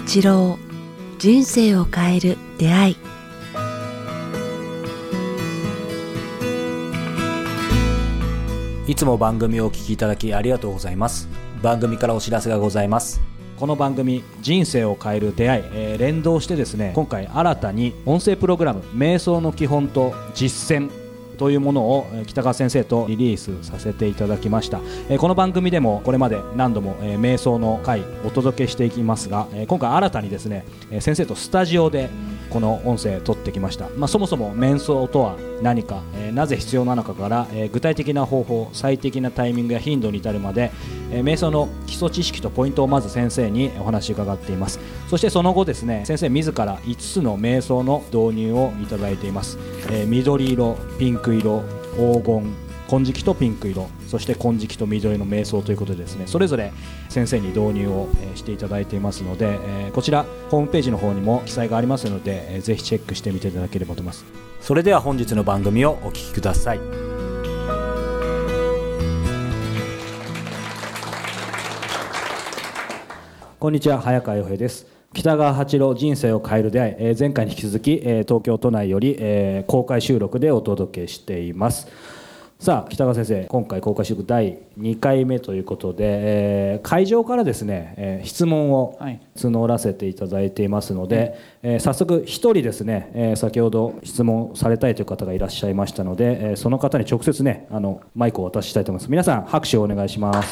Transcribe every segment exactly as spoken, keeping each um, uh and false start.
八郎、人生を変える出会い。 いつも番組をお聞きいただきありがとうございます。番組からお知らせがございます。この番組人生を変える出会い、えー、連動してですね、今回新たに音声プログラム瞑想の基本と実践というものを北川先生とリリースさせていただきました。この番組でもこれまで何度も瞑想の回お届けしていきますが、今回新たにですね、先生とスタジオでこの音声を撮ってきました。まあ、そもそも瞑想とは何か、なぜ必要なのかから具体的な方法、最適なタイミングや頻度に至るまで瞑想の基礎知識とポイントをまず先生にお話伺っています。そしてその後ですね、先生自らいつつの瞑想の導入をいただいています。えー、緑色、ピンク色、黄金、金色とピンク色、そして金色と緑の瞑想ということでですね、それぞれ先生に導入をしていただいていますので、えー、こちらホームページの方にも記載がありますので、えー、ぜひチェックしてみていただければと思います。それでは本日の番組をお聞きください。こんにちは、早川洋平です。北川八郎、人生を変える出会い、えー、前回に引き続き、えー、東京都内より、えー、公開収録でお届けしています。さあ、北川先生、今回公開収録だいにかいめということで、えー、会場からですね、えー、質問を募らせていただいていますので、はい、えー、早速一人ですね、えー、先ほど質問されたいという方がいらっしゃいましたので、えー、その方に直接ね、あのマイクをお渡ししたいと思います。皆さん拍手をお願いします。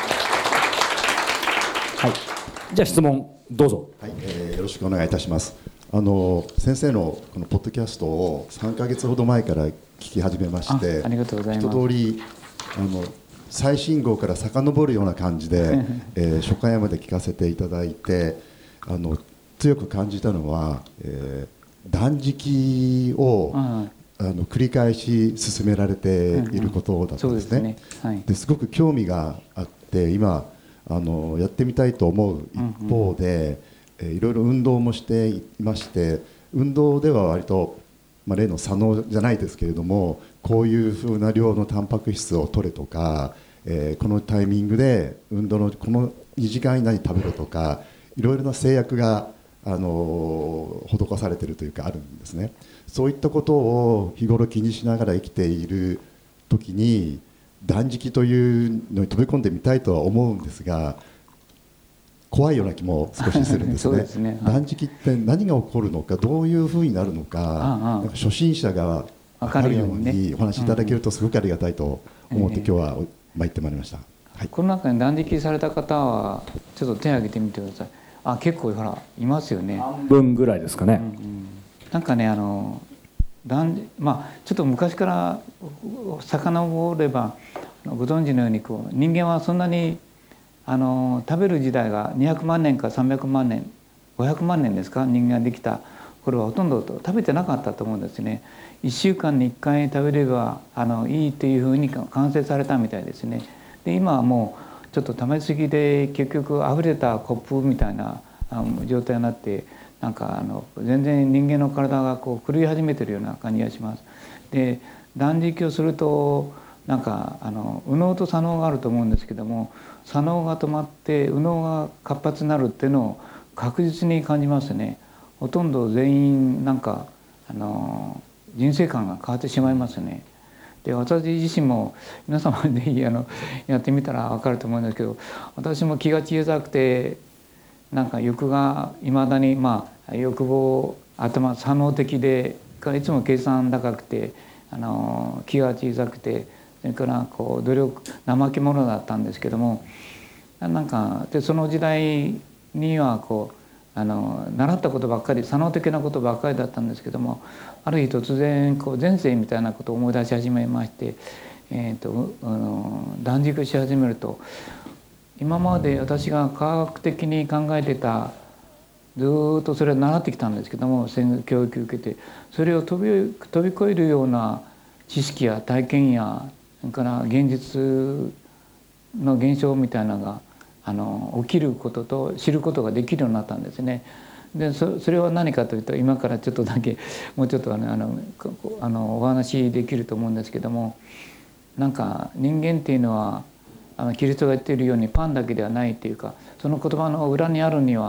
はい、じゃあ質問どうぞ。 はい、えー、よろしくお願いいたします。あの先生のこのポッドキャストをさんかげつほど前から聞き始めまして、 ありがとうございます。 一通りあの最新号から遡るような感じで、えー、初回まで聞かせていただいて、あの強く感じたのは、えー、断食を、うん、あの繰り返し進められていることだったんですね。ですごく興味があって、今あのやってみたいと思う一方で、うんうん、えー、いろいろ運動もしていまして、運動では割と、まあ、例の左脳じゃないですけれども、こういう風な量のタンパク質を取れとか、えー、このタイミングで運動のこのにじかん以内に食べろとか、いろいろな制約が、あのー、施されているというかあるんですね。そういったことを日頃気にしながら生きている時に、断食というのに飛び込んでみたいとは思うんですが、怖いような気も少しするんですね。そうですね、はい、断食って何が起こるのか、どういうふうになるのか、なんか初心者が分かるようにお話しいただけるとすごくありがたいと思って、今日は参ってまいりました。はい、 この中に断食された方はちょっと手を挙げてみてください。あ、結構ほらいますよね。 半分ぐらいですかね。うんうん、 なんかね、あの断まあちょっと昔から遡ればご存知のように、こう人間はそんなにあの食べる時代がにひゃくまんねんかさんびゃくまんねん、ごひゃくまんねんですか、人間ができた頃はほとんど食べてなかったと思うんですね。いっしゅうかんにいっかい食べればあのいいというふうに完成されたみたいですね。で今はもうちょっと食べ過ぎで結局あふれたコップみたいな状態になって、なんかあの全然人間の体がこう狂い始めてるような感じがします。で断食をするとなんかあの右脳と左脳があると思うんですけども、左脳が止まって右脳が活発になるっていうのを確実に感じますね。ほとんど全員なんかあの人生観が変わってしまいますね。で私自身も皆様ぜひあのやってみたら分かると思うんですけど、私も気が小さくて、なんか欲がいまだに、まあ欲望頭左脳的で、いつも計算高くて、あの気が小さくて、それからこう努力怠け者だったんですけども、なんかでその時代にはこうあの習ったことばっかり、左脳的なことばっかりだったんですけども、ある日突然こう前世みたいなことを思い出し始めまして、えー、とあの断食し始めると、今まで私が科学的に考えてた、ずっとそれを習ってきたんですけども、教育を受けてそれを飛び飛び越えるような知識や体験や、それから現実の現象みたいなのがあの起きることと知ることができるようになったんですね。で そ, それは何かというと、今からちょっとだけもうちょっとあのあのあのお話できると思うんですけども、なんか人間っていうのはあのキリストが言っているようにパンだけではないというか、その言葉の裏にあるには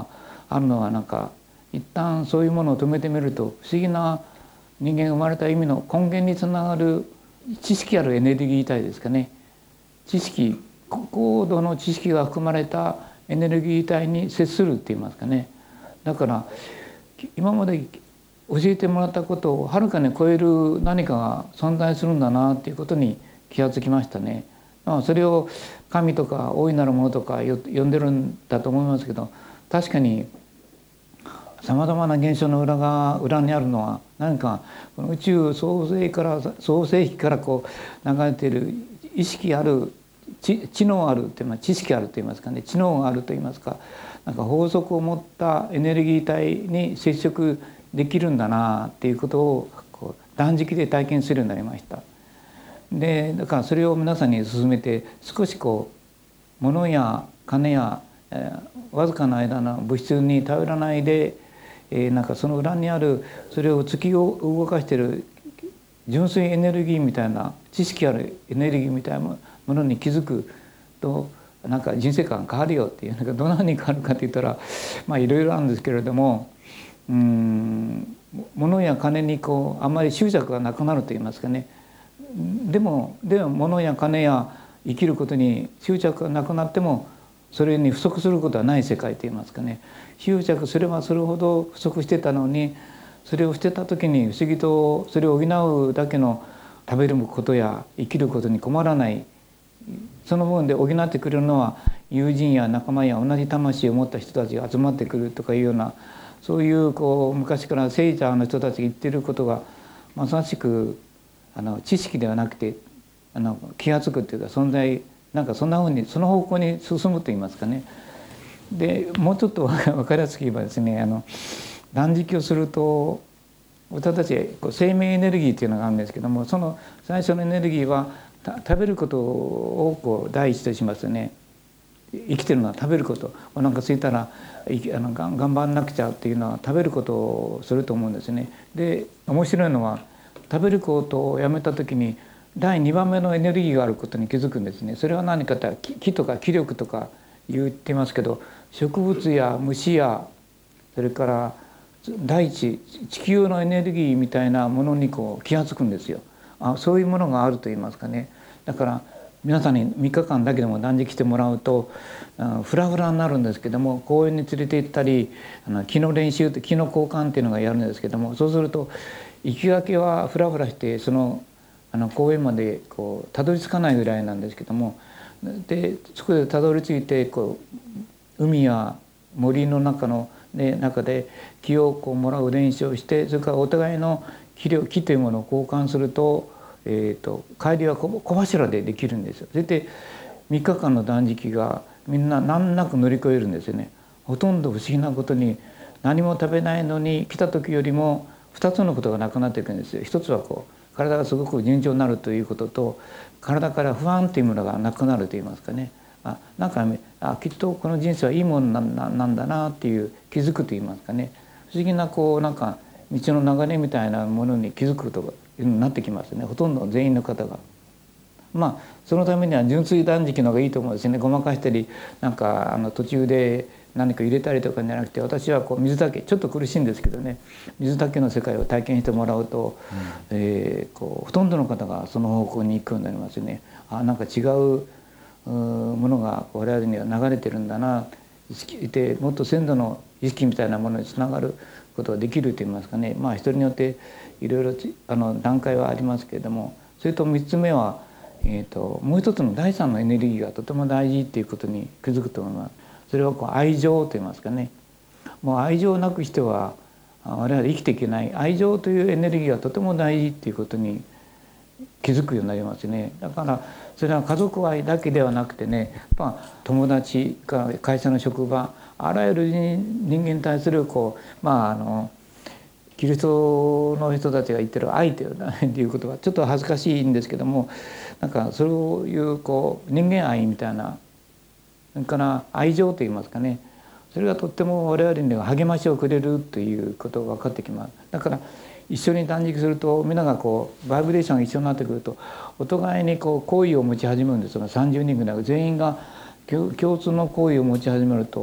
あるのはなんか一旦そういうものを止めてみると不思議な人間が生まれた意味の根源につながる知識あるエネルギー体ですかね。知識高度の知識が含まれたエネルギー体に接するって言いますかね。だから今まで教えてもらったことをはるかに超える何かが存在するんだなっていうことに気がつきましたね。それを神とか大いなるものとか呼んでるんだと思いますけど、確かにさまざまな現象の裏が裏にあるのは何かこの宇宙創生から創世期からこう流れている意識ある知、知能あるというのは知識あるといいますかね、知能があるといいますか、なんか法則を持ったエネルギー体に接触できるんだなっていうことをこう断食で体験するようになりました。でだからそれを皆さんに勧めて、少しこう物や金や、えー、わずかな間の物質に頼らないで、えー、なんかその裏にあるそれを突きを動かしている純粋エネルギーみたいな知識あるエネルギーみたいなものに気づくと、なんか人生観変わるよっていう、なんかどんなふうに変わるかって言ったらまあいろいろあるんですけれども、うーん物や金にこうあんまり執着がなくなると言いますかね。でもでも物や金や生きることに執着がなくなってもそれに不足することはない世界と言いますかね。執着すればするほど不足してたのに、それを捨てた時に不思議とそれを補うだけの食べることや生きることに困らない、その部分で補ってくれるのは友人や仲間や同じ魂を持った人たちが集まってくるとかいうような、そういうこう昔から聖者の人たちが言っていることがまさしくあの知識ではなくてあの気が付くというか存在、なんかそんなふうにその方向に進むと言いますかね。でもうちょっと分かりやすく言えばですね、あの断食をすると私たちこう生命エネルギーというのがあるんですけども、その最初のエネルギーは食べることをこう第一としますよね。生きてるのは食べること、お腹空いたらあの頑張らなくちゃっていうのは食べることをすると思うんですね。で面白いのは食べることをやめた時にだいにばんめのエネルギーがあることに気づくんですね。それは何かというと気とか気力とか言ってますけど、植物や虫やそれから大地地球のエネルギーみたいなものにこう気が付くんですよ。あ、そういうものがあると言いますかね。だから皆さんにみっかかんだけでも断食してもらうとフラフラになるんですけども、公園に連れて行ったりあの気の練習って気の交換っていうのがやるんですけども、そうすると行きがけはフラフラしてそのあの公園までこうたどり着かないぐらいなんですけども、でそこでたどり着いてこう海や森の中の、ね、中で気をこうもらう練習をして、それからお互いの気量気というものを交換すると、えー、と帰りは小柱でできるんですよ。それでみっかかんの断食がみんな難なく乗り越えるんですよね。ほとんど不思議なことに何も食べないのに来た時よりもふたつのことがなくなっていくんですよ。一つはこう体がすごく順調になるということと、体から不安というものがなくなるといいますかね。あ、なんかあきっとこの人生はいいものなんだ、なんだなっていう気づくといいますかね。不思議なこうなんか道の流れみたいなものに気づくことがなってきますね。ほとんど全員の方が。まあそのためには純粋断食の方がいいと思うんですね。ごまかしたりなんかあの途中で何か入れたりとかじゃなくて、私はこう水だけちょっと苦しいんですけどね、水だけの世界を体験してもらうと、うんえー、こうほとんどの方がその方向に行くようになりますね。あ、なんか違うものが我々には流れてるんだな、意識でもっと先祖の意識みたいなものにつながることができるといいますかね。まあ人によっていろいろあの段階はありますけれども、それとみっつめは、えー、ともう一つの第三のエネルギーがとても大事っていうことに気づくと思います。それはこう愛情といいますかね。もう愛情なくしては我々生きていけない、愛情というエネルギーがとても大事っていうことに気づくようになりますね。だからそれは家族愛だけではなくてね、やっぱ友達か会社の職場、あらゆる人間に対するこうまああのキリストの人たちが言ってる愛ということはちょっと恥ずかしいんですけども、なんかそういうこう人間愛みたいな、それから愛情といいますかね、それがとっても我々には励ましをくれるということが分かってきます。だから一緒に断食するとみんながこうバイブレーションが一緒になってくるとお互いにこう好意を持ち始めるんですが、さんじゅうにんぐらい全員が共通の好意を持ち始めると、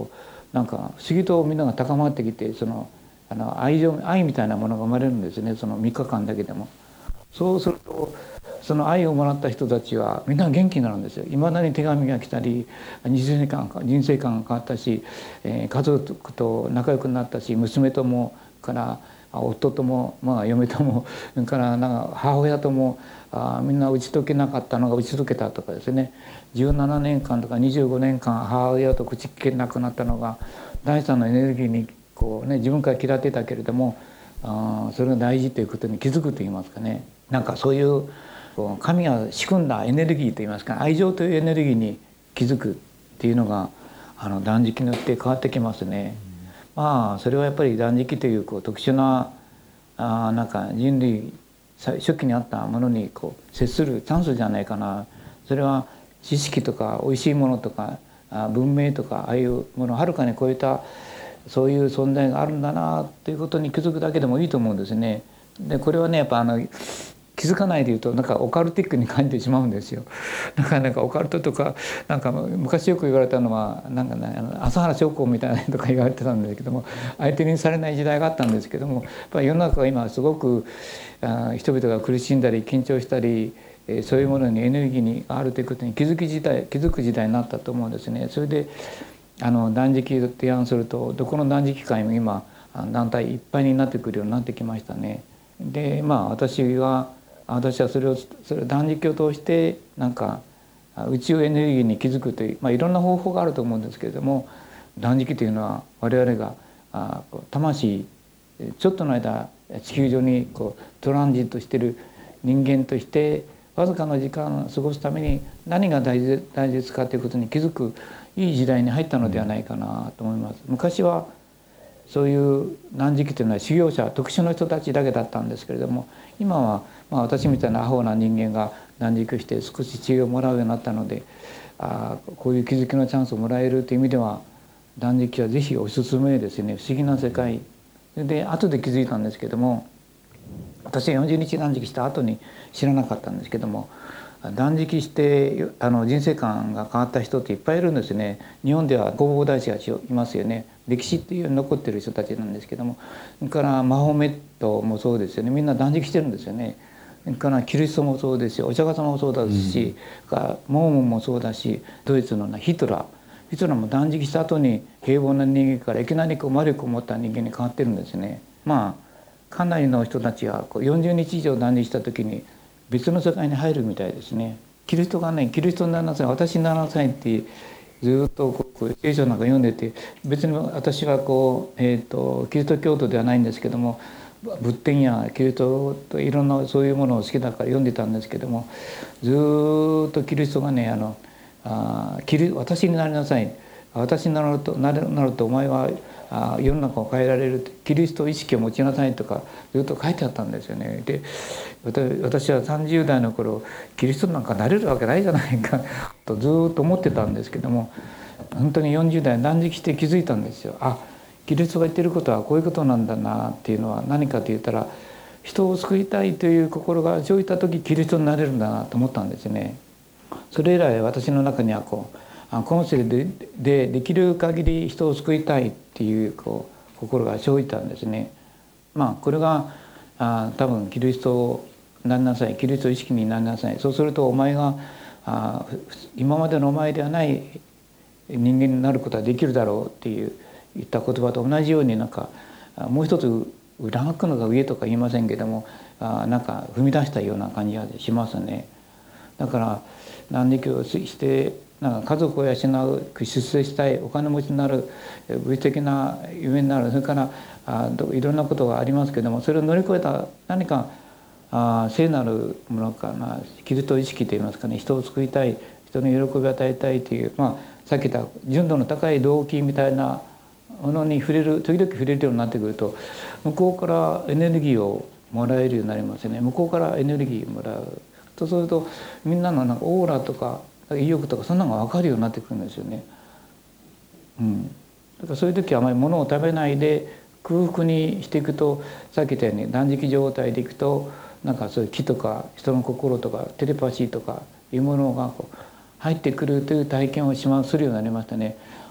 なんか不思議とみんなが高まってきて、そのあの愛情愛みたいなものが生まれるんですね、そのみっかかんだけでも。そうするとその愛をもらった人たちはみんな元気になるんですよ。いまだに手紙が来たり、人生観人生観が変わったし、えー、家族と仲良くなったし、娘ともから夫とも、まあ、嫁ともからなんか母親ともあみんな打ち解けなかったのが打ち解けたとかですね、じゅうななねんかんとかにじゅうごねんかん母親と口聞けなくなったのが第三のエネルギーにこう、ね、自分から嫌ってたけれども、あそれが大事ということに気づくといいますかね、なんかそういう神が仕組んだエネルギーといいますか、愛情というエネルギーに気づくっていうのがあの断食によって変わってきますね。うん、まあそれはやっぱり断食というこう特殊なあなんか人類初期にあったものにこう接するチャンスじゃないかな。それは知識とかおいしいものとか文明とかああいうものをはるかに超えたそういう存在があるんだなということに気づくだけでもいいと思うんですね。でこれはねやっぱあの気づかないで言うとなんかオカルティックに感じてしまうんですよ。なんかなんかオカルトとかなんか昔よく言われたのはなんか、ね、あの朝原将校みたいなとか言われてたんですけども、相手にされない時代があったんですけども、やっぱり世の中は今すごくあ人々が苦しんだり緊張したり、えそういうものにエネルギーにあるということに気づき時代気づく時代になったと思うんですね。それであの断食を提案するとどこの断食会も今団体いっぱいになってくるようになってきましたね。でまあ私は私はそれをそれを断食を通してなんか宇宙エネルギーに気づくという、まあ、いろんな方法があると思うんですけれども、断食というのは我々があ魂ちょっとの間地球上にこうトランジットしている人間としてわずかな時間を過ごすために何が大事大切かということに気づくいい時代に入ったのではないかなと思います。昔はそういう断食というのは修行者特殊な人たちだけだったんですけれども、今はまあ私みたいなアホな人間が断食して少し知恵をもらうようになったので、あこういう気づきのチャンスをもらえるという意味では断食はぜひおすすめですね。不思議な世界で後で気づいたんですけども、私はよんじゅうにち断食した後に知らなかったんですけども、断食してあの人生観が変わった人っていっぱいいるんですね。日本では弘法大師がいますよね。歴史っていう残ってる人たちなんですけども、それからマホメットもそうですよね。みんな断食してるんですよね。それからキリストもそうですし、お釈迦様もそうだし、うん、モーモンもそうだし、ドイツのヒトラーヒトラーも断食した後に平凡な人間からいきなりこう魔力を持った人間に変わってるんですね。まあかなりの人たちはこうよんじゅうにち以上断食した時に別の世界に入るみたいですね。キリストがね、キリストになりなさい、私になりなさいってずっとこう聖書なんか読んでて、別に私はこう、えーと、キリスト教徒ではないんですけども、仏典やキリストといろんなそういうものを好きだから読んでたんですけども、ずっとキリストがね、あのあキリ私になりなさい、私になるとなるなるとお前はあ世の中を変えられる、キリスト意識を持ちなさいとかずっと書いてあったんですよね。で私はさんじゅう代の頃キリストなんかなれるわけないじゃないかとずっと思ってたんですけども、本当によんじゅう代断食して気づいたんですよ。あ、キリストが言ってることはこういうことなんだなっていうのは何かと言ったら、人を救いたいという心が生じた時キリストになれるんだなと思ったんですね。それ以来私の中にはこう今世で で, できる限り人を救いたいっていうこう心が生じたんですね。まあこれがあ多分キリストになりなさい、キリスト意識になりなさい、そうするとお前があ今までのお前ではない人間になることができるだろうっていう言った言葉と同じように、なんかもう一つ裏書くのが上とか言いませんけども、あなんか踏み出したような感じがしますね。だから断食をしてなんか家族を養う、出世したい、お金持ちになる、物質的な夢になる、それからあいろんなことがありますけども、それを乗り越えた何かあ聖なるものかな、キリスト意識といいますかね、人を救いたい、人に喜びを与えたいという、まあ、さっき言った純度の高い動機みたいなものに触れる、時々触れるようになってくると、向こうからエネルギーをもらえるようになりますね。向こうからエネルギーをもらうとすると、みんなのなんかオーラとか意欲とかそんなのが分かるようになってくるんですよね。うん、だからそういう時はあまり物を食べないで空腹にしていくと、さっき言ったように断食状態でいくと、なんかそういう気とか人の心とかテレパシーとかいうものがこう入ってくるという体験をしまするようになりましたね。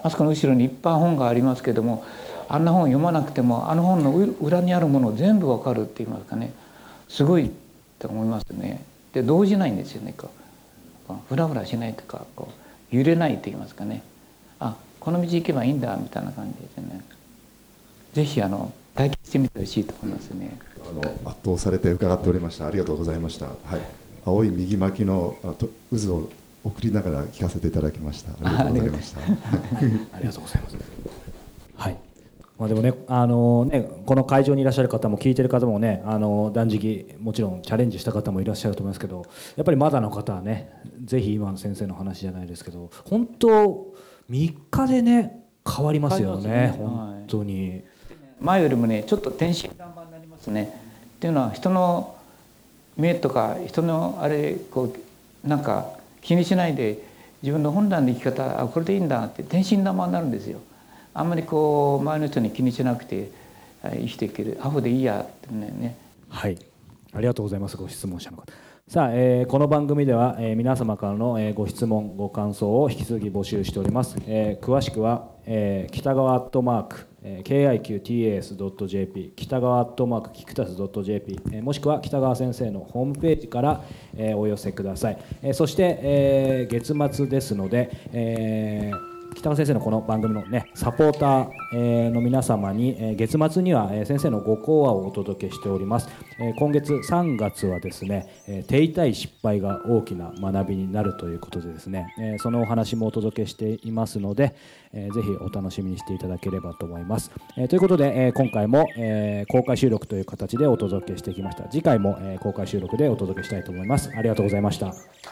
あそこの後ろにいっぱい本がありますけども、あんな本読まなくてもあの本の裏にあるもの全部わかるって言いますかね、すごいと思いますね。で動じないんですよね。こうフラフラしないとか、こう揺れないと言いますかね、あこの道行けばいいんだみたいな感じですね。ぜひあの体験してみてほしいと思いますね。 あの圧倒されて伺っておりました。ありがとうございました。はい、青い右巻きの渦を送りながら聞かせていただきました。ありがとうございました。 ありがとうございます。はい。まあでもね、あのね、この会場にいらっしゃる方も聞いてる方もね、あの断食もちろんチャレンジした方もいらっしゃると思いますけど、やっぱりまだの方はね、ぜひ今の先生の話じゃないですけど、本当みっかでね変わりますよね。ね、本当に、はい、 前よりもねちょっと天真爛漫になりますね。っていうのは人の目とか人のあれこうなんか気にしないで自分の本来の生き方、あこれでいいんだって天真爛漫になるんですよ。あんまりこう周りの人に気にしなくて生きていける、アホでいいやってね。 はい、ありがとうございます。ご質問者の方。さあ、えー、この番組では、えー、皆様からの、えー、ご質問ご感想を引き続き募集しております。えー、詳しくは、えー、北川アットマークケーアイキューティーエーエスドットジェーピー 北川アットマークキクタスドットジェーピー、えー、もしくは北川先生のホームページから、えー、お寄せください。えー、そして、えー、月末ですので、えー北川先生のこの番組の、ね、サポーター、えー、の皆様に、えー、月末には、えー、先生のご講話をお届けしております。えー、今月さんがつはですね、えー、手痛い失敗が大きな学びになるということでですね、えー、そのお話もお届けしていますので、えー、ぜひお楽しみにしていただければと思います。えー、ということで、えー、今回も、えー、公開収録という形でお届けしてきました。次回も、えー、公開収録でお届けしたいと思います。ありがとうございました。